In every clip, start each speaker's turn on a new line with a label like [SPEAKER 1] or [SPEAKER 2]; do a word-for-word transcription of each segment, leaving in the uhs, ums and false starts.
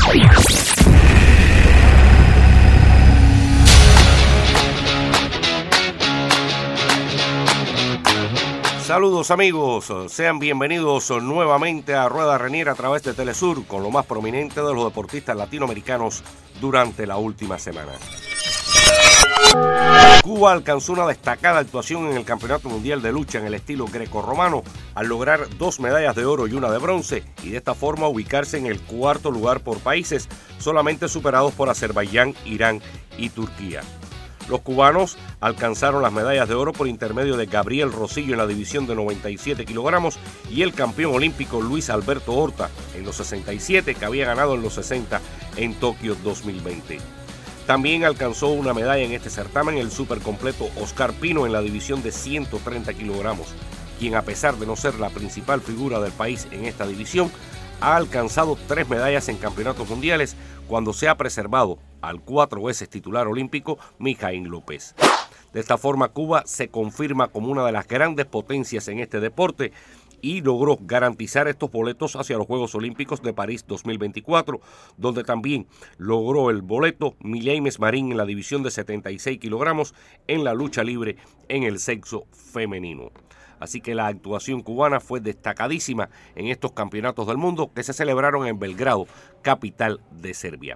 [SPEAKER 1] Saludos amigos, sean bienvenidos nuevamente a Rueda Renier a través de Telesur con lo más prominente de los deportistas latinoamericanos durante la última semana. Cuba alcanzó una destacada actuación en el Campeonato Mundial de Lucha en el estilo grecorromano al lograr dos medallas de oro y una de bronce y de esta forma ubicarse en el cuarto lugar por países, solamente superados por Azerbaiyán, Irán y Turquía. Los cubanos alcanzaron las medallas de oro por intermedio de Gabriel Rosillo en la división de noventa y siete kilogramos y el campeón olímpico Luis Alberto Horta en los sesenta y siete, que había ganado en los sesenta en Tokio dos mil veinte. También alcanzó una medalla en este certamen el supercompleto Oscar Pino en la división de ciento treinta kilogramos, quien a pesar de no ser la principal figura del país en esta división, ha alcanzado tres medallas en campeonatos mundiales cuando se ha preservado al cuatro veces titular olímpico Mijaíl López. De esta forma, Cuba se confirma como una de las grandes potencias en este deporte y logró garantizar estos boletos hacia los Juegos Olímpicos de París dos mil veinticuatro, donde también logró el boleto Milleimes Marín en la división de setenta y seis kilogramos en la lucha libre en el sexo femenino. Así que la actuación cubana fue destacadísima en estos campeonatos del mundo que se celebraron en Belgrado, capital de Serbia.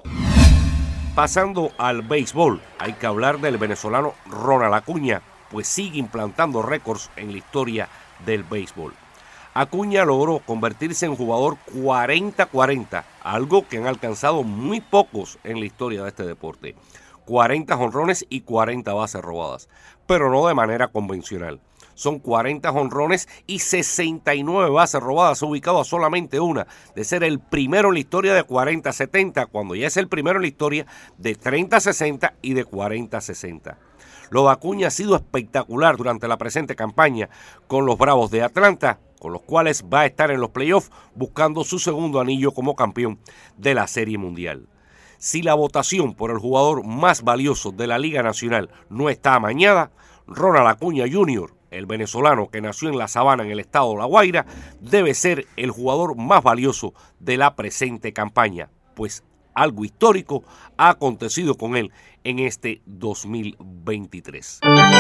[SPEAKER 1] Pasando al béisbol, hay que hablar del venezolano Ronald Acuña, pues sigue implantando récords en la historia del béisbol. Acuña logró convertirse en jugador cuarenta cuarenta, algo que han alcanzado muy pocos en la historia de este deporte. cuarenta jonrones y cuarenta bases robadas, pero no de manera convencional. Son cuarenta jonrones y sesenta y nueve bases robadas, ubicado a solamente una de ser el primero en la historia de cuarenta setenta, cuando ya es el primero en la historia de treinta sesenta y de cuarenta sesenta. Lo de Acuña ha sido espectacular durante la presente campaña con los Bravos de Atlanta, con los cuales va a estar en los playoffs buscando su segundo anillo como campeón de la Serie Mundial. Si la votación por el jugador más valioso de la Liga Nacional no está amañada, Ronald Acuña junior, el venezolano que nació en La Sabana en el estado de La Guaira, debe ser el jugador más valioso de la presente campaña, pues algo histórico ha acontecido con él en este dos mil veintitrés.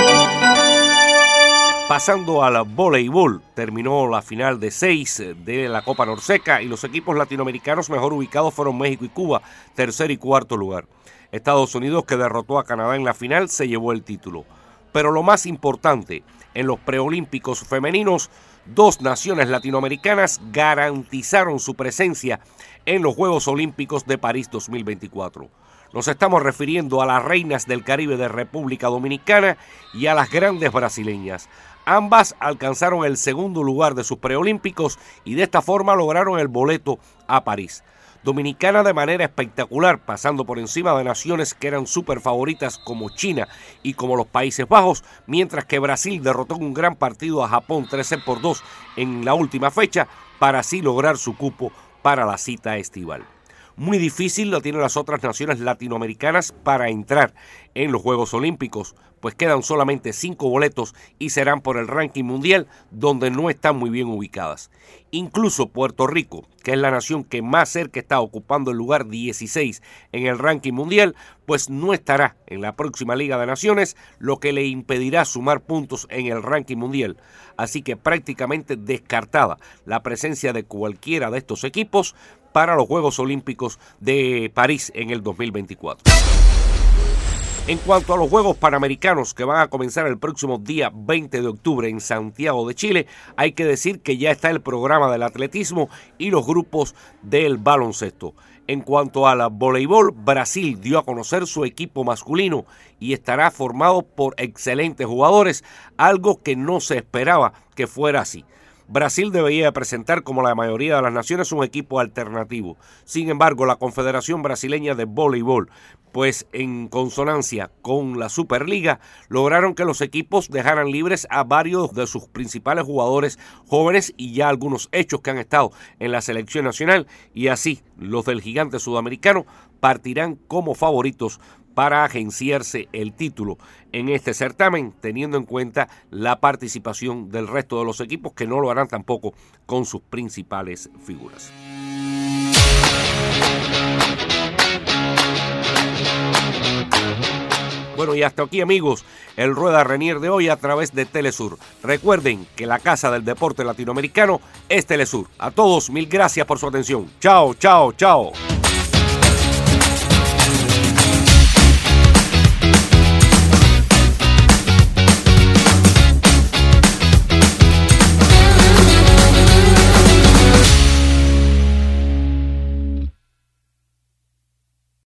[SPEAKER 1] Pasando al voleibol, terminó la final de seis de la Copa Norseca y los equipos latinoamericanos mejor ubicados fueron México y Cuba, tercer y cuarto lugar. Estados Unidos, que derrotó a Canadá en la final, se llevó el título. Pero lo más importante, en los preolímpicos femeninos, dos naciones latinoamericanas garantizaron su presencia en los Juegos Olímpicos de París dos mil veinticuatro. Nos estamos refiriendo a las reinas del Caribe de República Dominicana y a las grandes brasileñas. Ambas alcanzaron el segundo lugar de sus preolímpicos y de esta forma lograron el boleto a París. Dominicana de manera espectacular, pasando por encima de naciones que eran súper favoritas como China y como los Países Bajos, mientras que Brasil derrotó en un gran partido a Japón trece por dos en la última fecha para así lograr su cupo para la cita estival. Muy difícil lo tienen las otras naciones latinoamericanas para entrar en los Juegos Olímpicos, pues quedan solamente cinco boletos y serán por el ranking mundial, donde no están muy bien ubicadas. Incluso Puerto Rico, que es la nación que más cerca está ocupando el lugar dieciséis en el ranking mundial, pues no estará en la próxima Liga de Naciones, lo que le impedirá sumar puntos en el ranking mundial. Así que prácticamente descartada la presencia de cualquiera de estos equipos para los Juegos Olímpicos de París en el dos mil veinticuatro. En cuanto a los Juegos Panamericanos que van a comenzar el próximo día veinte de octubre en Santiago de Chile, hay que decir que ya está el programa del atletismo y los grupos del baloncesto. En cuanto al voleibol, Brasil dio a conocer su equipo masculino y estará formado por excelentes jugadores, algo que no se esperaba que fuera así. Brasil debería presentar, como la mayoría de las naciones, un equipo alternativo. Sin embargo, la Confederación Brasileña de Voleibol, pues en consonancia con la Superliga, lograron que los equipos dejaran libres a varios de sus principales jugadores jóvenes y ya algunos hechos que han estado en la selección nacional, y así los del gigante sudamericano partirán como favoritos para agenciarse el título en este certamen, teniendo en cuenta la participación del resto de los equipos, que no lo harán tampoco con sus principales figuras. Bueno, y hasta aquí, amigos, el Rueda Renier de hoy a través de Telesur. Recuerden que la casa del deporte latinoamericano es Telesur. A todos, mil gracias por su atención. Chao, chao, chao.